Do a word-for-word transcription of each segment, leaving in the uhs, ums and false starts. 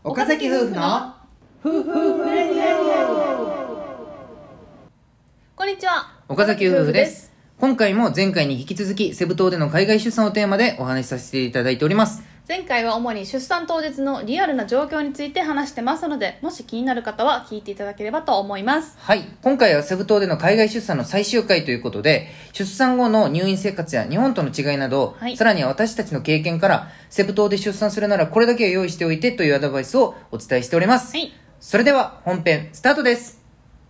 岡崎夫婦の夫婦レディオ。 こんにちは、 岡崎夫婦です。今回も前回に引き続きセブ島での海外出産をテーマでお話しさせていただいております。 前回は主に出産当日のリアルな状況について話してますので、もし気になる方は聞いていただければと思います。 はい、今回はセブ島での海外出産の最終回ということで、出産後の入院生活や日本との違いなど、はい、さらには私たちの経験からセブ島で出産するならこれだけは用意しておいてというアドバイスをお伝えしております。はい、それでは本編スタートです。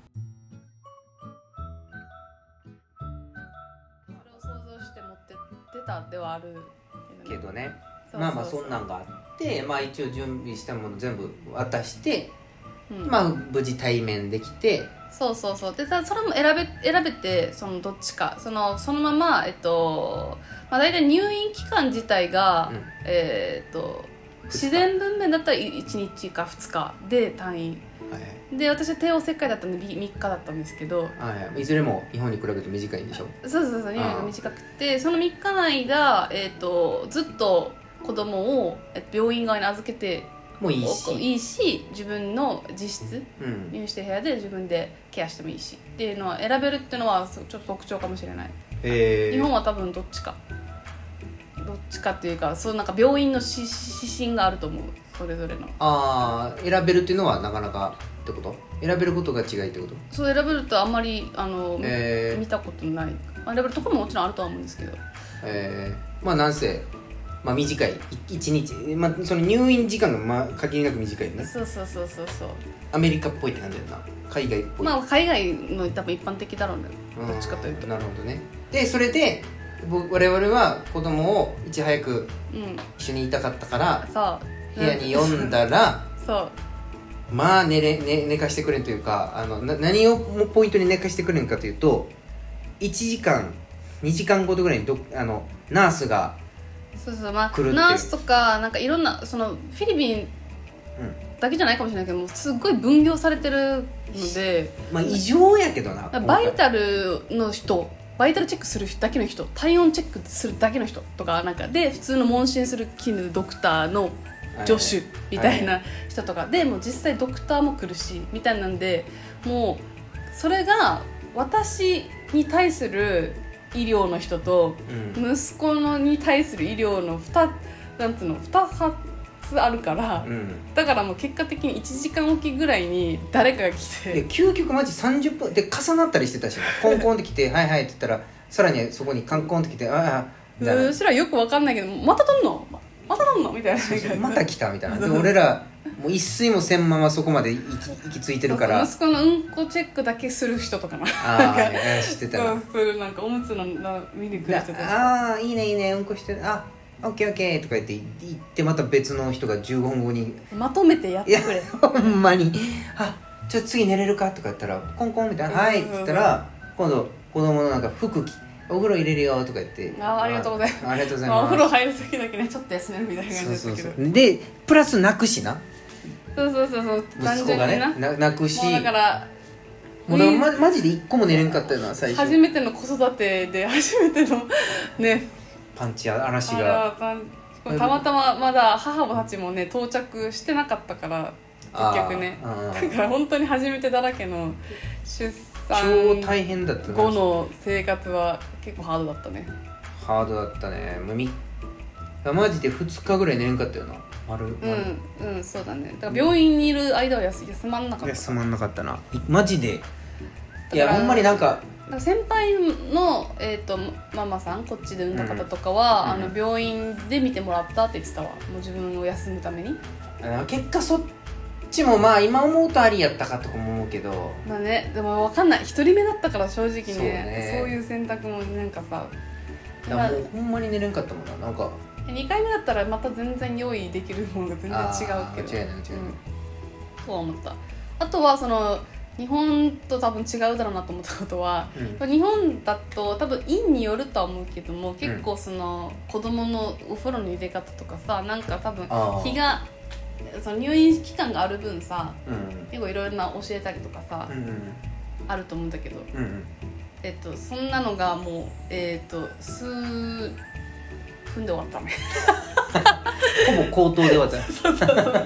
それを想像して持って出たではあるけどね、まあまあそんなんがあって、まあ一応準備したもの全部渡して、うん、まあ無事対面できて、 そうそうそう、でそれも選べ選べて、そのどっちかそのそのままえっとまあ大体入院期間自体が、うん、えー、っと自然分娩だったらいちにちかふつかで退院、はい、で私は帝王切開だったんでみっかだったんですけど、 はい、いずれも日本に比べると短いんでしょ。 そうそうそう、日本が短くて、そのみっかの間、えー、っとずっと子供を病院側に預けてもいいし、 いいし自分の自室、うん、入院してる部屋で自分でケアしてもいいしっていうのは選べるっていうのはちょっと特徴かもしれない。日本は多分どっちかどっちかっていうか、そうなんか病院の指針があると思う、それぞれの。 ああ、選べるっていうのはなかなかってこと？選べることが違いってこと？ そう、選べるとあんまりあの、えー、見たことない。選べるところももちろんあるとは思うんですけど、 えー、まあなんせまあ、短いいちにち、まあ、その入院時間がまあ限りなく短いよね。 そうそうそうそうそう、 アメリカっぽいって感じだよな、海外っぽい。 まあ海外の多分一般的だろうね、どっちかというと。 なるほどね。でそれで我々は子供をいち早く一緒にいたかったから、うん、部屋に呼んだらそうまあ寝れ、寝、寝かしてくれんというか、あのな何をポイントに寝かしてくれんかというと、いちじかんにじかんごとぐらいにどあのナースがそうそう、まあ、ナースとかなんかいろんなそのフィリピンだけじゃないかもしれないけど、もうすごい分業されてるので、 まあ異常やけどな。 バイタルの人、バイタルチェックするだけの人、体温チェックするだけの人とか、なんかで普通の問診する絹ドクターの助手みたいな人とかで、もう実際ドクターも来るしみたいなんで、もうそれが私に対する医療の人と、うん、息子のに対する医療の 2, なんつうのに発あるから、うん、だからもう結果的にいちじかんおきぐらいに誰かが来て、 で究極マジさんじゅっぷんで重なったりしてたし、コンコンって来てはいはいって言ったら、さらにそこにカンコンって来て、ああみたいな、 うしらよく分かんないけど、また撮んのまた撮んのみたいな、 そうそうまた来たみたいな。で俺らもう一睡もせんままそこまで行き、行き着いてるから、 そうそう、息子のうんこチェックだけする人とかな、 ああ知ってたな、 そうなんかおむつの見に来る人とか、 ああいいねいいねうんこしてる、あオッケーオッケーとか言って言って、また別の人がじゅうごふんごにまとめてやってくれ、 ほんまに、あちょっと次寝れるかとか言ったらコンコンみたいな、はいって言ったら、今度子供のなんか服着お風呂入れるよとか言って、 ああありがとうございます、 ありがとうございます、 まあ、お風呂入る時だけねちょっと休めるみたいな感じだったけど、そうそうそう、 でプラス泣くしな、 そうそうそうそう、 息子がねな泣くし、 もうだからもうだからマ, マジで一個も寝れんかったよな最初。 初めての子育てで初めてのねパンチや嵐が、 たまたままだ母たちもね到着してなかったから結局ね、だから本当に初めてだらけの出産超大変だった後の生活は結構ハードだったね。 ハードだったね。もうみマジでふつかぐらい寝れんかったよな。丸うんうんそうだね。だから病院にいる間は 休, 休まんなかった。 休まんなかったなマジで。いやほんまになんか先輩の、えー、とママさんこっちで産んだ方とかは、うん、あの病院で見てもらったって言ってたわ。もう自分を休むために。 結果そっちもまあ今思うとありやったかとかも思うけど、 まあね、でも分かんない、一人目だったから正直 ね, そうねそういう選択もなんかさ、 だからもうほんまに寝れんかったもんな。なんかにかいめだったらまた全然用意できるものが全然違うけど、 間違いない間違いない、うん、 そう思った。あとはその日本と多分違うだろうなと思ったことは、うん、日本だと多分院によるとは思うけども、結構その子供のお風呂の入れ方とかさ、なんか多分日がその入院期間がある分さ、うん、結構いろいろな教えたりとかさ、うんうん、あると思うんだけど、うんうん、えっとそんなのがもうえっと数分で終わったねほぼ口頭で終わったそうそうそう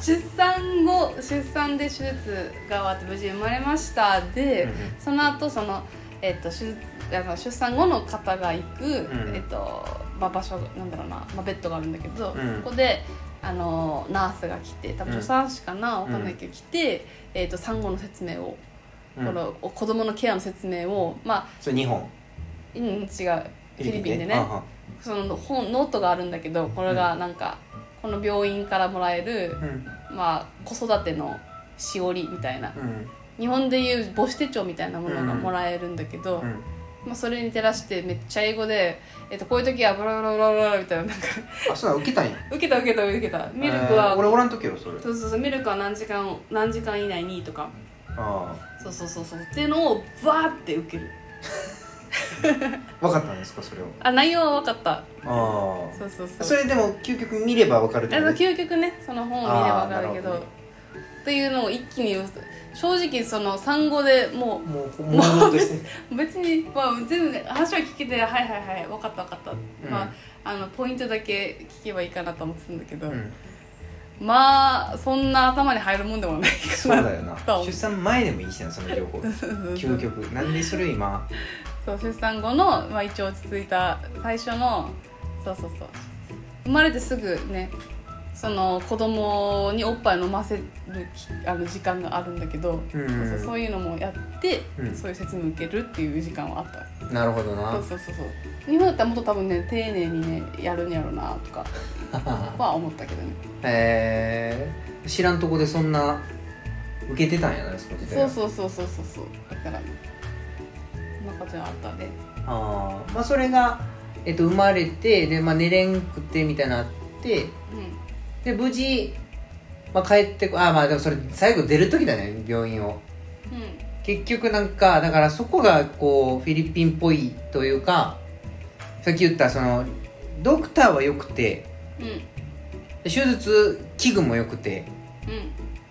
出産後出産で手術が終わって無事生まれましたで、うんうん、その後その、えー、と 出, 出産後の方が行く、うんえーとまあ、場所なんだろうな、まあ、ベッドがあるんだけど、うん、そこであのナースが来て多分助産師かな、うん、分かんないけど来て、えー、と産後の説明を、うん、この子供のケアの説明をまあそれ日本うん、違うフィリピンでねその本ノートがあるんだけどこれがなんか、うん、この病院からもらえる、うんまあ、子育てのしおりみたいな、うん、日本でいう母子手帳みたいなものがもらえるんだけど、うんまあ、それに照らしてめっちゃ英語で、えっと、こういう時はブラブラブラブラみたいななんかあそうなの受けたんや受けた受けた受けたミルクは、 えー、俺おらん時よそれそうそうそうミルクは何時間何時間以内にとかあそうそうそうそうっていうのをバーって受ける分かったんですかそれをあ内容は分かったああそうそうそうそれでも究極見れば分かるってこと、究極ねその本を見れば分かるけど、ね、っていうのを一気に正直その産後でもうもうもう別に別に、まあ、全部話は聞けてはいはいはい分かった分かった、うんまあ、あのポイントだけ聞けばいいかなと思ってたんだけど、うんまあそんな頭に入るもんでもないかなそうだよな出産前でもいいしなその情報究極なんでそれ今そう出産後の、まあ、一応落ち着いた最初のそうそうそう生まれてすぐねその子供におっぱい飲ませるあの時間があるんだけど、うんうん、そうそうそういうのもやって、うん、そういう説明を受けるっていう時間はあったなるほどなそうそうそうそう日本だったらもっと多分ね丁寧にねやるんやろうなとかは思ったけどねへえー、知らんとこでそんな受けてたんやなそうそうそうそうそうそうだからそんなことがあったんでああまあそれが、えっと、生まれてで、まあ、寝れんくてみたいなのあって、うん、で無事、まあ、帰ってああまあでもそれ最後出る時だね病院を、うん、結局なんかだからそこがこうフィリピンっぽいというかさっき言ったそのドクターは良くて、うん、手術器具も良くて、うん、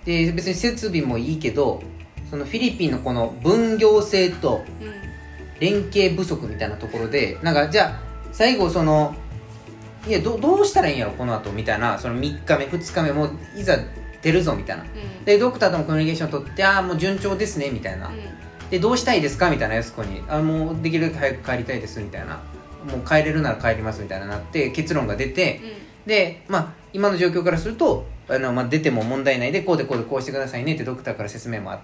で別に設備もいいけどそのフィリピンのこの分業制と連携不足みたいなところでなんかじゃあ最後そのいや ど, どうしたらいいんやろこの後みたいなそのみっかめふつかめもいざ出るぞみたいな、うん、でドクターともコミュニケーション取ってああもう順調ですねみたいな、うん、でどうしたいですかみたいなやす子にあもうできるだけ早く帰りたいですみたいなもう帰れるなら帰りますみたいななって結論が出て、うん、でまあ今の状況からするとあの、まあ、出ても問題ないでこうでこうでこうしてくださいねってドクターから説明もあって、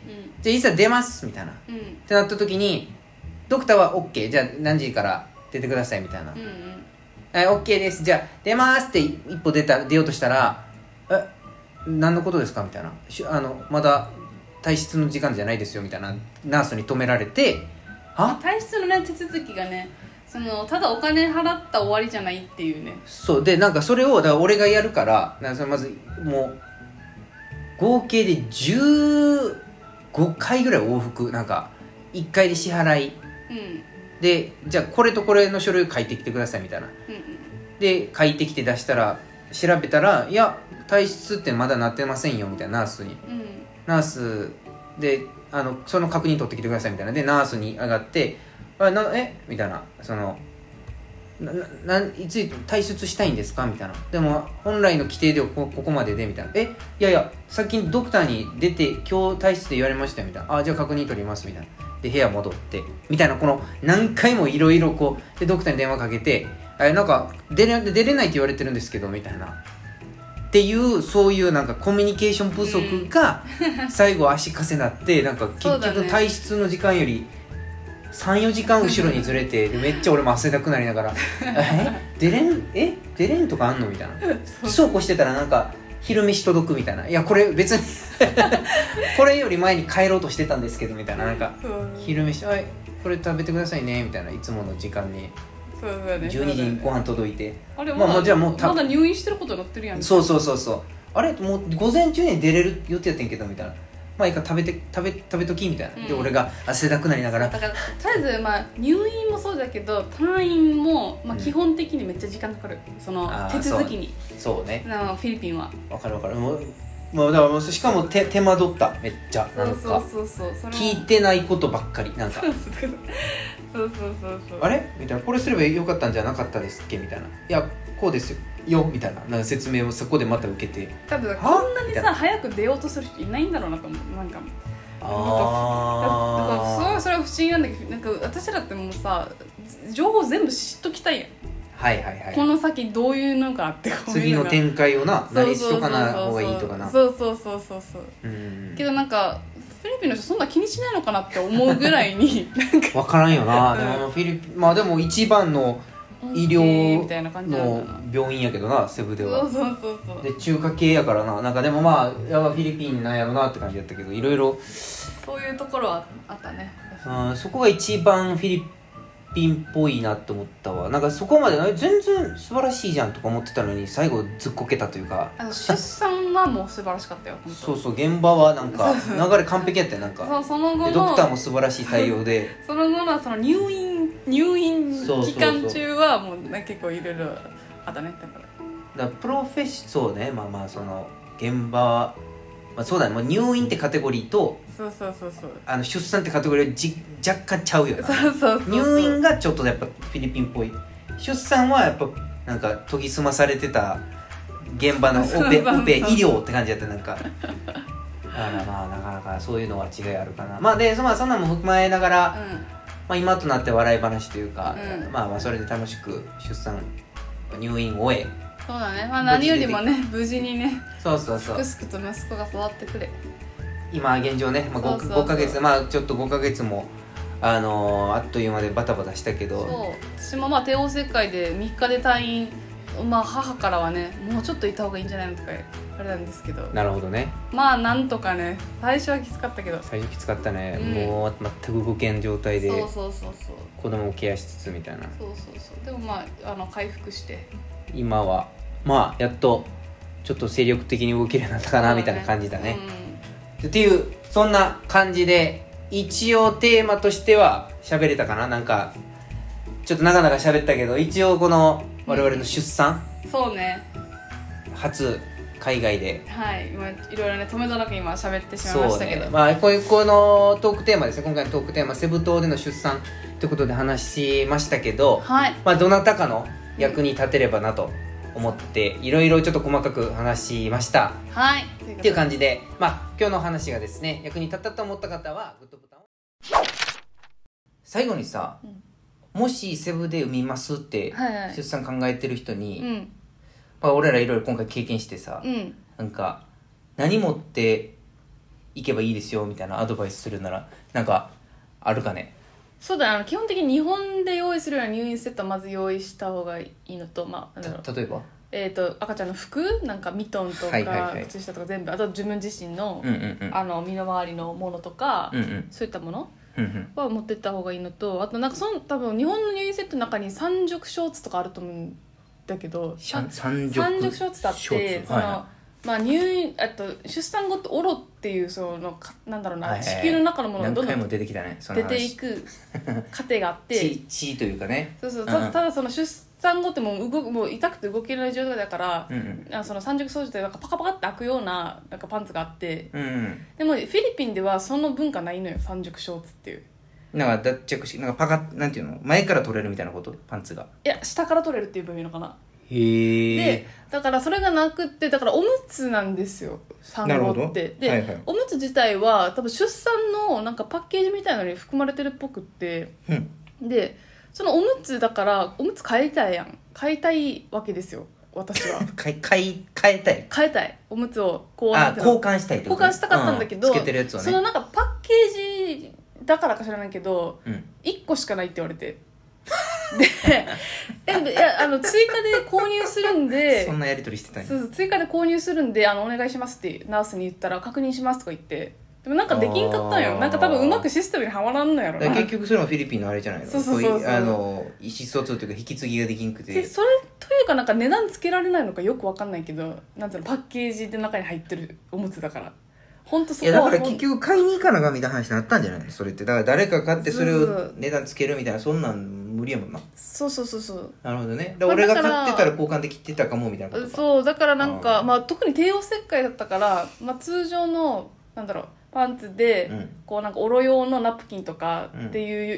うん、じゃあいざ出ますみたいな、うん、ってなった時にドクターは OK じゃあ何時から出てくださいみたいな、うんうんえ OK ですじゃあ出ますって一歩出た出ようとしたらえ何のことですかみたいなあのまだ退出の時間じゃないですよみたいなナースに止められては退出の、ね、手続きがねそのただお金払った終わりじゃないっていうねそうでなんかそれをだから俺がやるからなんかそれまずもう合計でじゅうごかいぐらい往復なんかいっかいで支払い、うんでじゃあこれとこれの書類書いてきてくださいみたいな、うんうん、で書いてきて出したら調べたらいや退出ってまだなってませんよみたいなナースに、うん、ナースであのその確認取ってきてくださいみたいなでナースに上がってあなえみたいなそのなないつ退出したいんですかみたいなでも本来の規定では こ, ここまででみたいなえいやいやさっきドクターに出て今日退出って言われましたよみたいなあじゃあ確認取りますみたいなで部屋戻ってみたいなこの何回もいろいろこうでドクターに電話かけてえなんか出れ、出れないって言われてるんですけどみたいなっていうそういうなんかコミュニケーション不足が最後足かせなってなんか結局退出の時間よりさんよじかん後ろにずれてでめっちゃ俺も汗だくなりながらえ出れんえ出れんとかあんのみたいなそうこうしてたらなんか昼飯届くみたいないやこれ別にこれより前に帰ろうとしてたんですけどみたいななんか昼飯はいこれ食べてくださいねみたいないつもの時間にそうだねじゅうにじにご飯届いてあれまあ、まあ、じゃあもうまだ入院してることになってるやんそうそうそうそうあれもう午前中に出れる予定やってんけどみたいなまあいいか食べて食べ食べときみたいな、うん、で俺が汗だくなりながらだからとりあえずまあ入院もそうだけど退院もまあ基本的にめっちゃ時間かかる、うん、その手続きにそうねフィリピンはわかるわかるもうもうだからもうしかも手手間取っためっちゃなんかそうそうそうそう聞いてないことばっかりなんかそうそうそうそうそうあれみたいなこれすればよかったんじゃなかったですっけみたいないやこうですよよみたいな、なんか説明をそこでまた受けて、 多分こんなにさ早く出ようとする人いないんだろうなと思う。なんかあだからそれは不思議なんだけど、なんか私らってもうさ情報全部知っときたいやん。 はいはいはい。 この先どういうのがあってこういう次の展開をなそう何しとかな方がいいとかな。 そうそうそうそうそう。 うんけどなんかフィリピンの人そんな気にしないのかなって思うぐらいになんか分からんよな、 うんでもフィリピンまあでも一番の医療みたいな感じなんのだな。 病院やけどな、セブでは。 そうそうそうそう。 で中華系やからな、なんかでもまあやばフィリピンなんやろなって感じやったけど、いろいろそういうところはあったね。 あそこが一番フィリピンっぽいなと思ったわ。なんかそこまで全然素晴らしいじゃんとか思ってたのに最後ずっこけたというか、 あの出産はもう素晴らしかったよ本当。 そうそう、現場はなんか流れ完璧やったよ。なんかそうその後のでドクターも素晴らしい対応でその後のその入院入院そうそうそう期間中はもうね結構いろいろあったね。だからだからプロフェッシそうね、まあまあその現場は、まあ、そうだね、もう入院ってカテゴリーとそうそうそうそうあの出産ってカテゴリーはじ若干ちゃうよな。 そうそうそうそう入院がちょっとやっぱフィリピンっぽい、出産はやっぱなんか研ぎ澄まされてた現場のオペそうそうそうオペ医療って感じやった。なんかだからまあなかなかそういうのは違いあるかな。まあでそ,、まあ、そんなのも踏まえながら、 うんまあ、今となって笑い話というか、 うんまあまあそれで楽しく出産入院を終え、 そうだね、まあ、何よりもね無事にねそうそうそう、 すくすくと息子が育ってくれ。 今現状ね、まあ、 そう 5, そうそう 5ヶ月まあちょっとごかげつもあのー、あっという間でバタバタしたけど、 そう私もまあ帝王切開でみっかで退院、まあ母からはねもうちょっといた方がいいんじゃないのとかあれなんですけど、 なるほどね。 まあなんとかね最初はきつかったけど、 最初きつかったね、 うんもう全く動けん状態でそうそうそうそう子供をケアしつつみたいな。 そうそうそうでもまああの回復して今はまあやっとちょっと精力的に動けるようになったかなみたいな感じだね、っていうそんな感じで一応テーマとしては喋れたかな。なんかちょっと長々喋ったけど一応この我々の出産、 うん、そうね、 初海外ではい今いろいろね止めどなく今喋ってしまいまそうしたけど、 ね、まあこういうこのトークテーマですね。今回のトークテーマセブ島での出産ということで話しましたけど、 はいまあどなたかの役に立てればなと思っていろいろちょっと細かく話しました。 はいっていう感じで、まあ今日の話がですね役に立ったと思った方はグッドボタンを。最後にさ、うん、もしセブで産みますって出産考えてる人に、はいはい、まあ、俺らいろいろ今回経験してさ、うん、なんか何持っていけばいいですよみたいなアドバイスするならなんかあるかね。 そうだ、あの基本的に日本で用意するような入院セットはまず用意した方がいいのと、まあ、なんだろう、 例えばえー、と赤ちゃんの服なんかミトンとか、はいはいはい、靴下とか全部、あと自分自身の、うんうんうん、あの身の回りのものとか、うんうん、そういったものは持ってった方がいいのと、あとなんかその多分日本の入院セットの中に三色ショーツとかあると思うんだけど、 三色ショーツだってその、はいはい、まあ、入院あと出産後ってオロっていうそのなんだろうな、はいはいはい、子宮の中のものがどんどん出ていく過程があって血というかね、 そうそう、うん、た, ただその出産後ってもう動もう痛くて動けない状態だから、うんうん、その三軸掃除ってなんかパカパカって開くような、なんかパンツがあって、うんうん、でもフィリピンではその文化ないのよ、三軸ショーツっていう。 なんか脱着式なんかパカなんていうの前から取れるみたいなこと、パンツがいや下から取れるっていう分いいのかな。 へでだからそれがなくって、だからおむつなんですよ産後ってで、はいはい、おむつ自体は多分出産のなんかパッケージみたいなのに含まれてるっぽくって、うん、でそのおむつだからおむつ変えたいやん変えたいわけですよ私は変え変えたい変えたいおむつをこうあ交換したいってこと、 交換したかったんだけど、 うん、つけてるやつはね、 そのなんかパッケージだからか知らないけど、うん、いっこしかないって言われてでえいやあの追加で購入するんでそんなやり取りしてたんや。 そうそう追加で購入するんであのお願いしますってナースに言ったら確認しますとか言って、でもなんかできんかったんよ。なんか多分うまくシステムにはまらんのやろな。 結局それもフィリピンのあれじゃないの。 そうそうそうそう、 あの意思疎通というか引き継ぎができんくて、 でそれというかなんか値段つけられないのかよくわかんないけど、なんていうのパッケージで中に入ってるおむつだから本当そこは。 いやだから結局買いに行かながみたいな話になったんじゃないのそれって。だから誰か買ってそれを値段つけるみたいな、そんなん無理やもんな。 そうそうそうそう。 なるほどね。だから俺が買ってたら交換できてたかもみたいなことか。 そうだからなんかまあ特に帝王切開だったから、まあ、通常のなんだろうパンツで、うん、こうなんかおろ用のナプキンとかっていう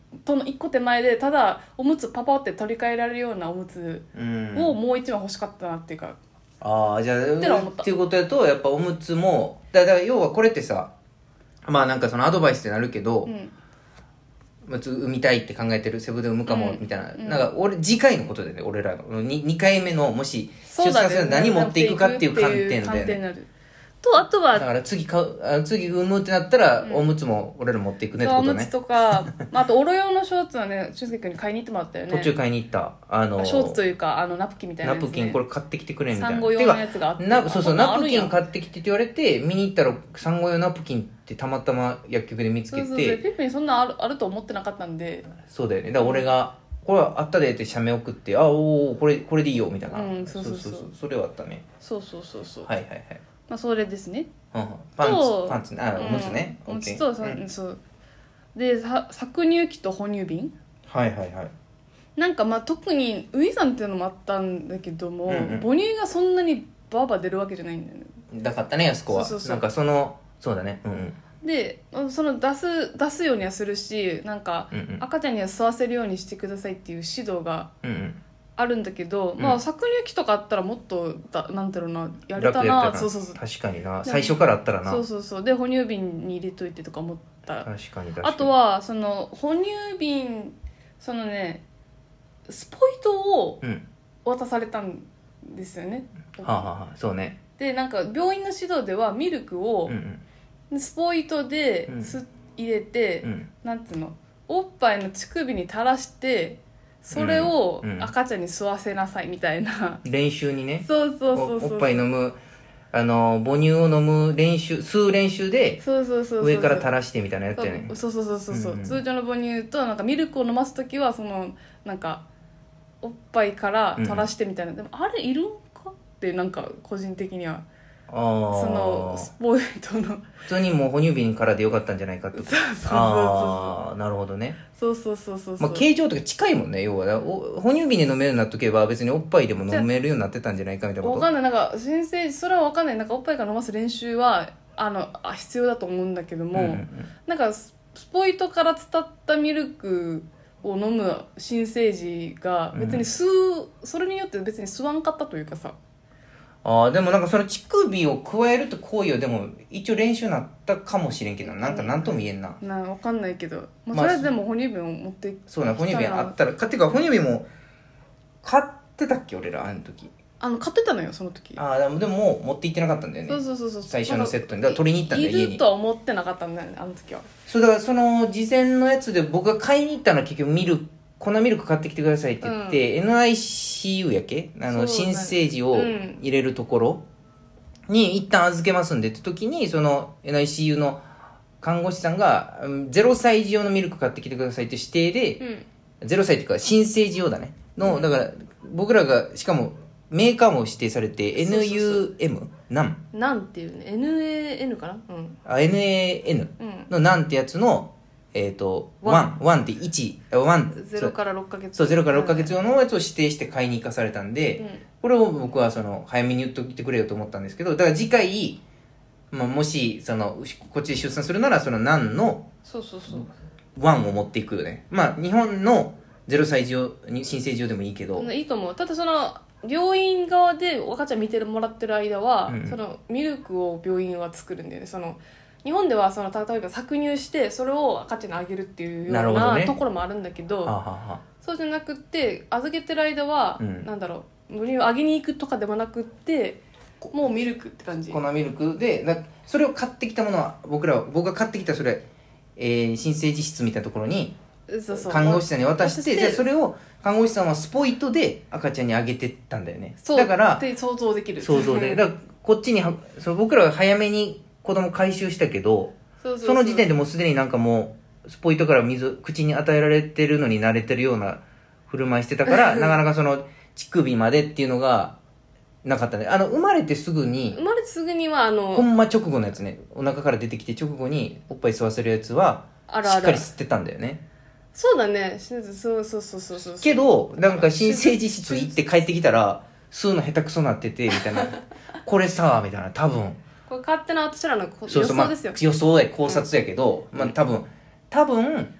との一個手前でただおむつパパって取り替えられるようなおむつをもう一枚欲しかったなっていうか、 ああじゃあってのは思ったっていうことだとやっぱおむつもだだから要はこれってさまあなんかそのアドバイスってなるけど、 うんおむつ産みたいって考えてるセブで産むかも、 うんみたいな、 うんなんか俺次回のことでね俺らの 2, 2回目のもしそうだね出産するの何持っていくかっていう観点観で、ね、 点になるとあとはだから次買うあ次産むってなったら、 うん、 おむつも俺ら持っていくねってことね。 おむつとか、まあ、あとおろ用のショーツはね俊介君に買いに行ってもらったよね。 途中買いに行ったあのショーツというかあのナプキンみたいなやつ、ね、 ナプキンこれ買ってきてくれみたいな産後用のやつがあってなそうそうナプキン買っってきてって言われて見に行ったら産後用ナプキンってたまたま薬局で見つけてそうそうそうピッピにそんなあるあると思ってなかったんでそうだよねだから俺がこれあったでって写メ送ってあおおこれこれでいいよみたいな、 うん、そうそうそうそうそれはあったね。 そうそうそうそうはいはいはい、 まあそれですね。 うん、パンとツパンツねあ、 うんおむつねおむつ OK と、そうんそうでさ搾乳機と哺乳瓶はいはいはいなんかまあ特にウィザンっていうのもあったんだけども、 うんうん母乳がそんなにバーバー出るわけじゃないんだよね。 だかったねあそこはそうそうそうなんかそのそうだねうんうんでその出す出すようにはするしなんかうんうん赤ちゃんには吸わせるようにしてくださいっていう指導がうんうんあるんだけど、 んまあ搾乳機とかあったらもっとだなんだろうなやれた楽やったななそうそうそう確かにな最初からあったらなそうそうそうで哺乳瓶に入れといてとか思った確かに確かにあとはその哺乳瓶そのねスポイトをうん渡されたんですよね、 はあ、はあはあ、そうねでなんか病院の指導ではミルクをうんスポイトでうんす入れて、 うんうんなんつうのおっぱいの乳首に垂らしてそれをうんうん赤ちゃんに吸わせなさいみたいな、 練習にねそうそうそうそうおおっぱい飲むあの母乳を飲む練習吸う練習でそうそうそうそう上から垂らしてみたいなやつやねそうそうそうそうそう、 うんうん通常の母乳となんかミルクを飲ます時はそのなんかおっぱいから垂らしてみたいな、でもあれいるんかってなんか個人的にはあそのあスポイトの普通にもう哺乳瓶からでよかったんじゃないかってことそうそうそうそうああなるほどねそうそうそうそうそう、 まあ、形状とか近いもんね要はお哺乳瓶で飲めるようになっとけば別におっぱいでも飲めるようになってたんじゃないかみたいなことわかんないなんか先生それはわかんないなんかおっぱいから飲ます練習はあのあ必要だと思うんだけども、 うんうんうんなんかススポイトから伝ったミルクを飲む新生児が別に吸う、それによって別に吸わんかったというかさああでもなんかその乳首を加えるって行為はでも一応練習になったかもしれんけどなんか何とも言えんな、 なわかんないけど、まあ、 まあそれでも哺乳瓶を持ってそうな哺乳瓶あっったらかっていうか哺乳瓶も買ってたっけ俺らあの時あの買ってたのよその時ああでもでももう持って行ってなかったんだよねそうそうそうそう最初のセットにだから取りに行ったんだよい家にいるとは思ってなかったんだよねあの時はそうだからその事前のやつで僕が買いに行ったのは結局ミルク粉ミルク買ってきてくださいって言って、うん、エヌアイシーユー やっけあの、新生児を入れるところに一旦預けますんでって時にその エヌアイシーユー の看護師さんがゼロさい児用のミルク買ってきてくださいって指定で、うん、ゼロさいっていうか新生児用だねの、うん、だから僕らがしかもメーカーも指定されて エヌユーエム ナンナンっていうね エヌエーエヌ かな、うん、 あ エヌエーエヌ のナンってやつのえっ、ー、とワンワンっていちワンゼロからろっかげつそうゼロからろっかげつ用のやつを指定して買いに行かされたんで、うん、これを僕はその早めに言っといてくれよと思ったんですけどだから次回、まあ、もしそのこっちで出産するならそのナンのそうそうそうワンを持っていくよねまあ日本のゼロさい児用新生児用でもいいけどいいと思うただその病院側で赤ちゃん見てもらってる間は、うん、そのミルクを病院は作るんだよねその日本ではその例えば搾乳してそれを赤ちゃんにあげるっていうような、ね、ところもあるんだけど、 はあはあ、 そうじゃなくって預けてる間は、うん、なんだろう母乳をあげに行くとかでもなくってもうミルクって感じ粉ミルクでなそれを買ってきたものは僕らは僕が買ってきたそれ、えー、新生児室みたいなところにそうそう看護師さんに渡してでそれを看護師さんはスポイトで赤ちゃんにあげてったんだよねそうだからって想像できる想像でだからこっちにその僕らは早めに子供回収したけどそうそうそうその時点でもうすでになんかもうスポイトから水口に与えられてるのに慣れてるような振る舞いしてたからなかなかその乳首までっていうのがなかったねあの生まれてすぐに生まれてすぐにはあのほんま直後のやつねお腹から出てきて直後におっぱい吸わせるやつはしっかり吸ってたんだよねそうだねそうそうそうそうそうそうけどなんか新生児室行って帰ってきたら吸うの下手くそなっててみたいなこれさみたいな多分これ勝手な私らの予想ですよ、 そうそう、まあ、予想や考察やけど、うん、まあ多分多分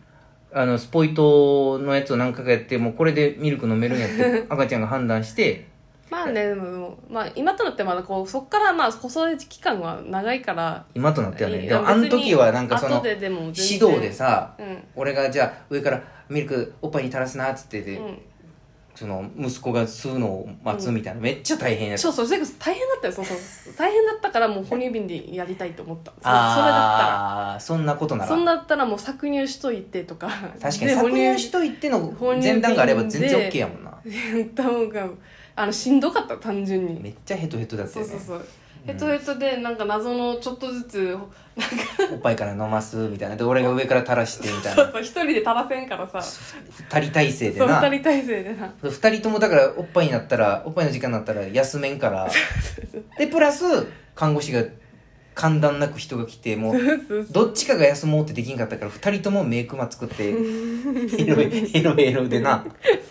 あのスポイトのやつを何回かやってもうこれでミルク飲めるんやって赤ちゃんが判断してまあねでも、まあ、今となってまだこうそっからまあ子育て期間は長いから今となってはねいでもあの時はなんかその後ででも全然指導でさ、 うん俺がじゃあ上からミルクおっぱいに垂らすなっつってて、 うんその息子が吸うのを待つみたいな、うん、めっちゃ大変やったそうそうそれこそ大変だったよそうそう大変だったからもう哺乳瓶でやりたいと思ったそそれだったらああそんなことならそんだったらもう搾乳しといてとか確かに搾乳しといての前段があれば全然 OK やもんなやった方があのしんどかった単純にめっちゃヘトヘトだったよねそうそうそうヘトヘトでなんか謎のちょっとずつなんかおっぱいから飲ますみたいなで俺が上から垂らしてみたいなそうそう一人で垂らせんからさ二人体制でそうな二人体制でな二人ともだからおっぱいになったらおっぱいの時間になったら休めんからでプラス看護師が間断なく人が来てもうどっちかが休もうってできんかったから二人ともメイクマ作ってヘロヘロヘロでな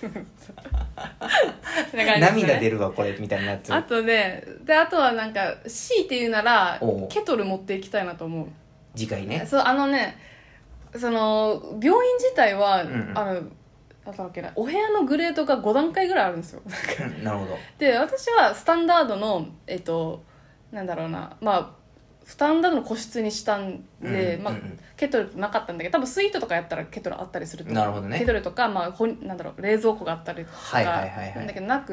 涙出るわこれみたいなやつあとねであとはなんか強いて言うならおうケトル持っていきたいなと思う次回ねそうあのねその病院自体は、 うんうん、 あのなんだっけなお部屋のグレードがご段階ぐらいあるんですよなるほどで私はスタンダードのえっとなんだろうなまあスタンダードの個室にしたんで、 うんまあうんうん、 ケトルなかったんだけど多分スイートとかやったらケトルあったりするとなるほどねケトルとか、まあ、ほなんだろう冷蔵庫があったりとか、 はいはいはいはい、 なんだけどなくって、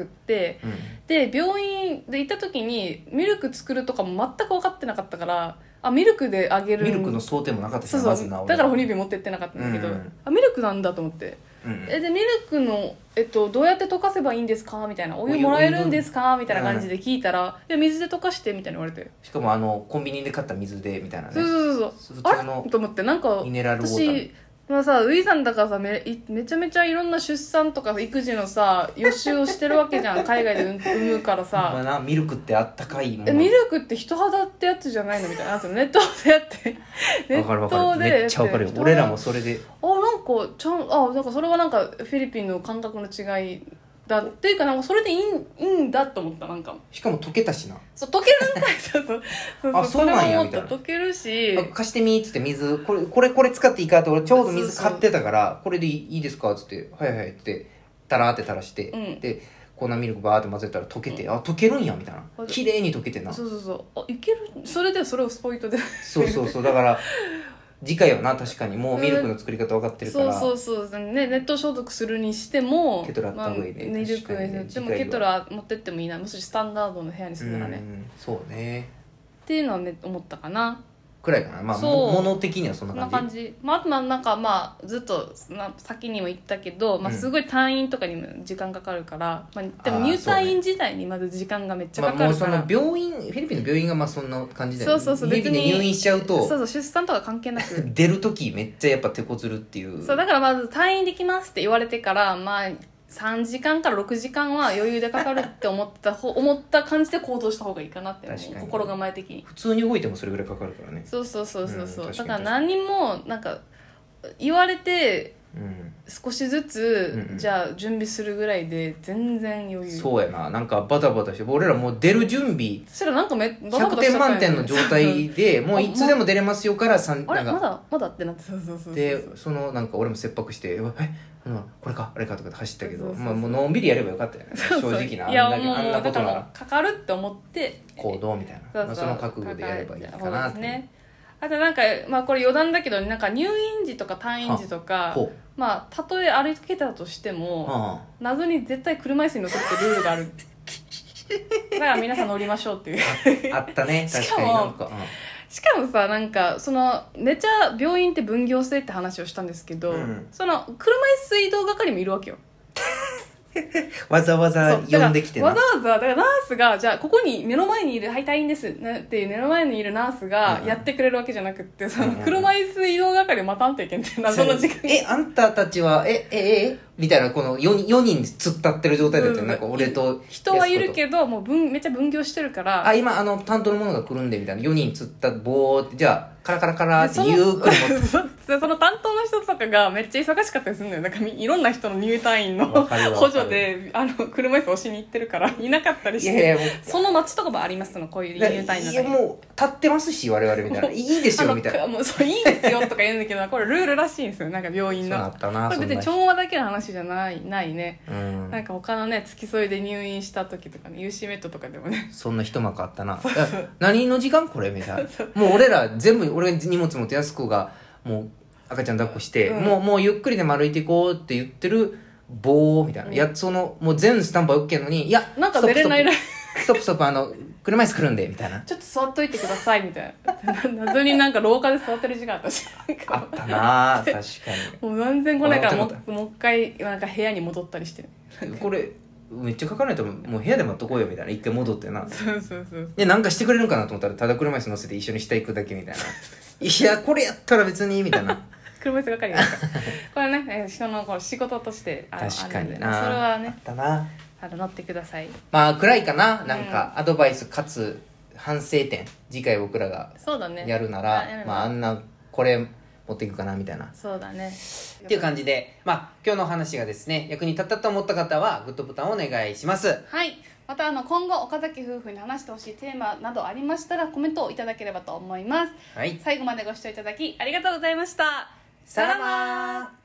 うん、 で病院で行った時にミルク作るとかも全く分かってなかったからあミルクであげるミルクの想定もなかったしそうそう、 まずなだから哺乳瓶持ってってなかったんだけど、 うんうん、 あミルクなんだと思って、うん、えでミルクの、えっと、どうやって溶かせばいいんですかみたいなお湯もらえるんですかみたいな感じで聞いたら、うん、いや水で溶かしてみたいに言われてしかもあのコンビニで買った水でみたいなねそうそうそう普通のあれと思ってなんかミネラルウォーター私まあさウィザンだからさ め, めちゃめちゃいろんな出産とか育児のさ予習をしてるわけじゃん海外で産むからさ、 まあな、ミルクってあったかいものえミルクって人肌ってやつじゃないのみたいなネットでやってネわかるわかットでるめっちゃわかるよ俺らもそれであなんかちゃんあなんかそれはなんかフィリピンの感覚の違いだっていうかなんかそれでいいいいんだと思ったなんかしかも溶けたしなそう溶けるんかいそうそうそうあそうなんやみたいな溶けるし貸してみーっつって水これこれこれ使っていいかって俺ちょうど水買ってたからこれでいいですかっつってはいはいってタラーって垂らして、うん、で粉ミルクバーって混ぜたら溶けて、うん、あ溶けるんやみたいな綺麗に溶けてなそうそうそうあいけるそれでそれをスポイトでそうそうそうだから次回はな確かにもうミルクの作り方分かってるから、 そうそうそう、ね、熱湯消毒するにしてもケトルあった方がいいね、 まあ、ミルクにでもケトル持ってってもいいなもしスタンダードの部屋にするならねそうねっていうのはね思ったかなくらいかなまあ物的にはそんな感じそんな感じ、まあ、あとなんかまあずっとな先にも言ったけど、まあ、すごい退院とかにも時間かかるから、まあ、でも入退院自体にまず時間がめっちゃかかるから、 まあ、もうその病院フィリピンの病院がまあそんな感じだよね。 そうそうそうフィリピンで入院しちゃうとそうそう出産とか関係なく出る時めっちゃやっぱ手こずるっていうそうだからまず退院できますって言われてからまあさんじかんからろくじかんは余裕でかかるって思った思った感じで行動した方がいいかなって心構え的に普通に動いてもそれぐらいかかるからねそうそうそうそうそう、うん、だから何もなんか言われて少しずつ、うん、じゃあ準備するぐらいで全然余裕そうやななんかバタバタして俺らもう出る準備そしたらなんかめひゃくてん満点の状態でもういつでも出れますよからさんあれまだまだってなってそうそうそうでそのなんか俺も切迫してえこれかあれかとかで走ったけどまあもうのんびりやればよかったよね正直なあんなあんなことならかかるって思って行動みたいなそ, その覚悟でやればいいかなってねあとなんか、まあ、これ余談だけどなんか入院時とか退院時とかまあたとえ歩けたとしても、はあ、謎に絶対車椅子に乗ってってルールがあるだから皆さん乗りましょうっていうあったね確かになんか、うん、 しかもさなんかそのめっちゃ病院って分業制って話をしたんですけど、うん、その車椅子移動係もいるわけよわざわざ呼んできてなわざわざだからナースがじゃあここに目の前にいるはい退院ですっていう目の前にいるナースがやってくれるわけじゃなくって、うん、その車椅子移動係を待たんといけんって謎の時間えあんたたちはえええみたいなこの 4, 4人突っ立ってる状態だったよ、うん、なんか俺と人はいるけどもう分めっちゃ分業してるからあ今あの担当の者が来るんでみたいなよにん突っ立ってボーってじゃあカラカラカラってゆっくり持ってでその担当の人とかがめっちゃ忙しかったりするんだよ。なんかいろんな人の入退院の補助であの車椅子押しに行ってるからいなかったりして、いやいやその街とかもありますの、こういう入退院の中に。 いやもう立ってますし我々みたいな、いいですよみたいな、 もうそういいですよとか言うんだけど、これルールらしいんですよ、なんか病院の。 そうあったな。 これ別に調和だけの話じゃないないね、 うん、 なんか他のね付き添いで入院した時とかね、ユーシーメットとかでもね、 そんな一幕あったな。何の時間これみたいな。もう俺ら全部、俺荷物持ってやす子がもう赤ちゃん抱っこして、うん、もうもうゆっくりでも歩いていこうって言ってる棒みたいな、うん、やそのもう全スタンバイ OK のに、いやなんか出れないらストップストップあの車椅子来るんでみたいな、 ちょっと座っといてくださいみたいな謎になんか廊下で座ってる時間あったし、 あったな確かに。 もう全然来ないからもうもう一回なんか部屋に戻ったりしてる。 これめっちゃ書かないともう部屋で待っとこうよみたいな、一回戻ってな。 そうそうそうでなんかしてくれるかなと思ったらただ車椅子乗せて一緒に下行くだけみたいな。いやこれやったら別にみたいな。 車椅子係ですかこれね、人のこう仕事としてあ確かにな、 それはねあったな。 あの乗ってください。 まあ暗いかな、なんかアドバイスかつ反省点、次回僕らがやるなら、 そうだね、 まああんなこれ持っていくかなみたいな。 そうだねっていう感じで、まあ今日の話がですね役に立ったと思った方はグッドボタンをお願いします。 はい、またあの今後岡崎夫婦に話してほしいテーマなどありましたらコメントをいただければと思います。 はい、 最後までご視聴いただきありがとうございました。 さらばー。